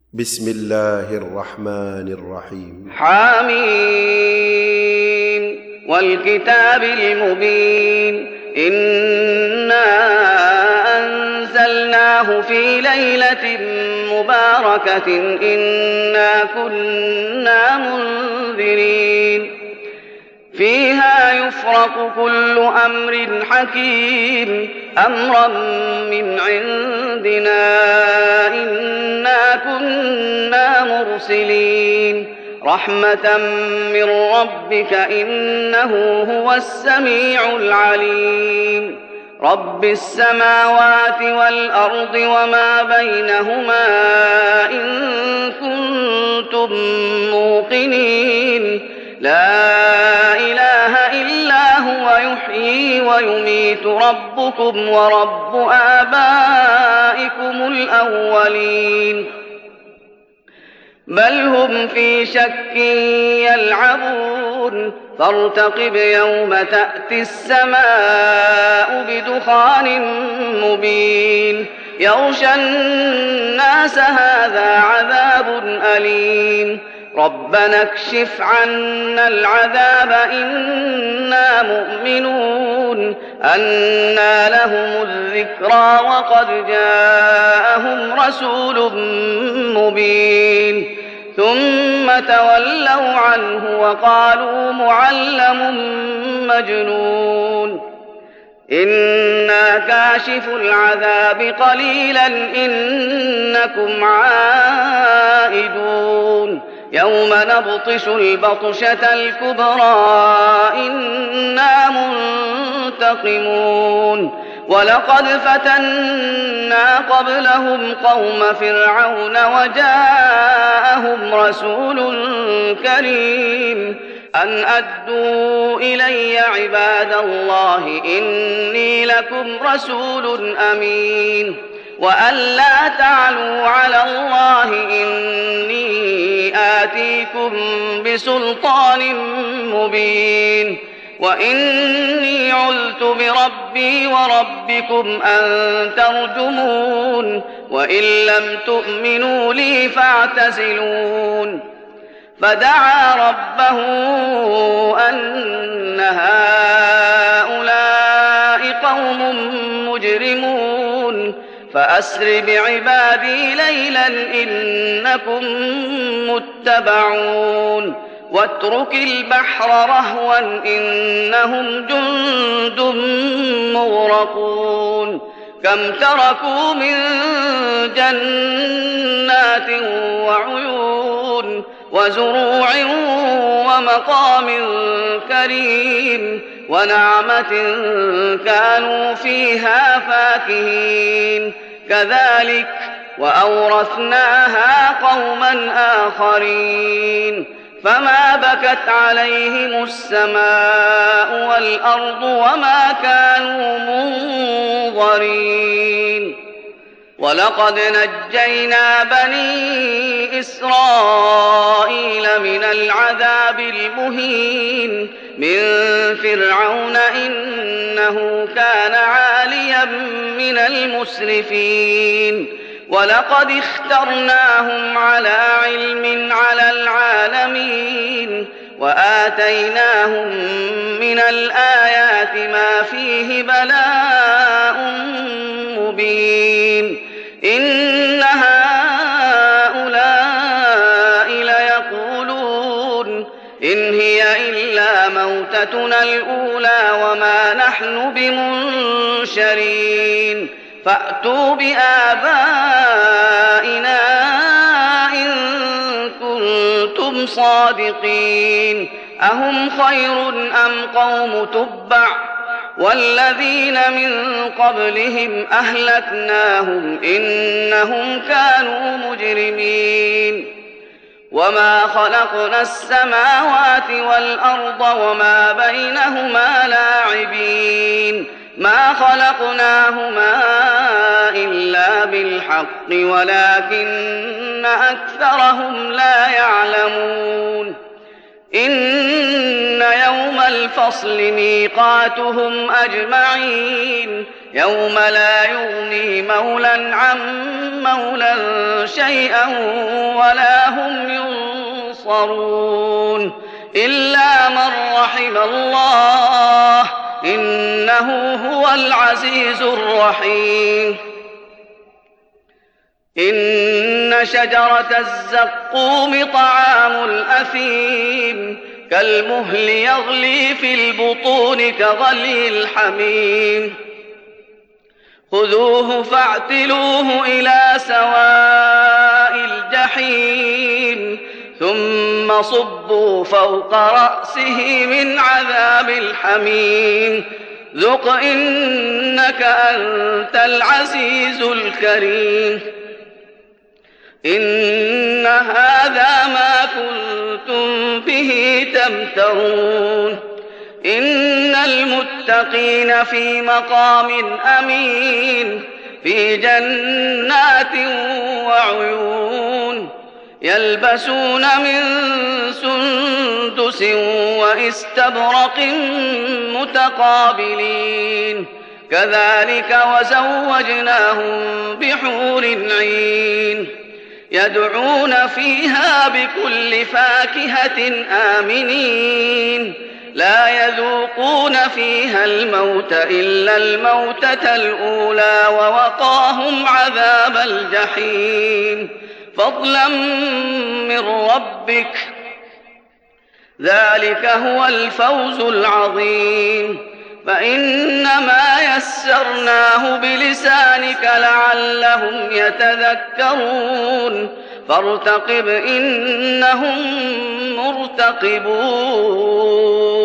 بسم الله الرحمن الرحيم. حميم والكتاب المبين إنا أنزلناه في ليلة مباركة إنا كنا منذرين فيها يفرق كل أمر حكيم أمرا من عندنا إنا كنا مرسلين رحمة من ربك إنه هو السميع العليم رب السماوات والأرض وما بينهما إن كنتم موقنين لا إله إلا هو يحيي ويميت ربكم ورب آبائكم الأولين بل هم في شك يلعبون فارتقب يوم تأتي السماء بدخان مبين يغشى الناس هذا عذاب أليم ربنا اكشف عنا العذاب إنا مؤمنون أنى لهم الذكرى وقد جاءهم رسول مبين ثم تولوا عنه وقالوا معلم مجنون إنا كاشف العذاب قليلا إنكم عائدون يوم نبطش البطشة الكبرى إنا منتقمون ولقد فتنا قبلهم قوم فرعون وجاءهم رسول كريم أن أدوا إلي عباد الله إني لكم رسول أمين وأن لا تعلوا على الله إني آتيكم بسلطان مبين وإني عذت بربي وربكم أن ترجمون وإن لم تؤمنوا لي فاعتزلون فدعا ربه أن هؤلاء قوم مجرمون فأسر بعبادي ليلا إنكم متبعون واترك البحر رهوا إنهم جند مغرقون كم تركوا من جنات وعيون وزروع ومقام كريم ونعمة كانوا فيها فاكهين كذلك وأورثناها قوما آخرين فما بكت عليهم السماء والأرض وما كانوا منظرين ولقد نجينا بني إسرائيل من العذاب المهين من فرعون إنه كان عاليا من المسرفين ولقد اخترناهم على علم على العالمين وآتيناهم من الآيات ما فيه بلاء مبين إن هؤلاء ليقولون إن هي إلا موتتنا الأولى وما نحن بمنشرين فأتوا بآبائنا إن كنتم صادقين أهم خير أم قوم تبع والذين من قبلهم أهلكناهم إنهم كانوا مجرمين وما خلقنا السماوات والأرض وما بينهما لاعبين ما خلقناهما إلا بالحق ولكن أكثرهم لا يعلمون إن يوم الفصل ميقاتهم أجمعين يوم لا يغني مولى عن مولى شيئا ولا هم ينصرون إلا من رحم الله إنه هو العزيز الرحيم إن شجرة الزقوم طعام الأثيم كالمهل يغلي في البطون كغلي الحميم خذوه فاعتلوه إلى سواء الجحيم ثم صبوا فوق رأسه من عذاب الحميم ذق إنك أنت العزيز الكريم إن هذا ما كنتم به تمترون إن المتقين في مقام أمين في جنات وعيون يلبسون من سندس واستبرق متقابلين كذلك وزوجناهم بحور عين يدعون فيها بكل فاكهة آمنين لا يذوقون فيها الموت إلا الموتة الأولى ووقاهم عذاب الجحيم فضلا من ربك ذلك هو الفوز العظيم فإنما يسرناه بلسانك لعلهم يتذكرون فارتقب إنهم مرتقبون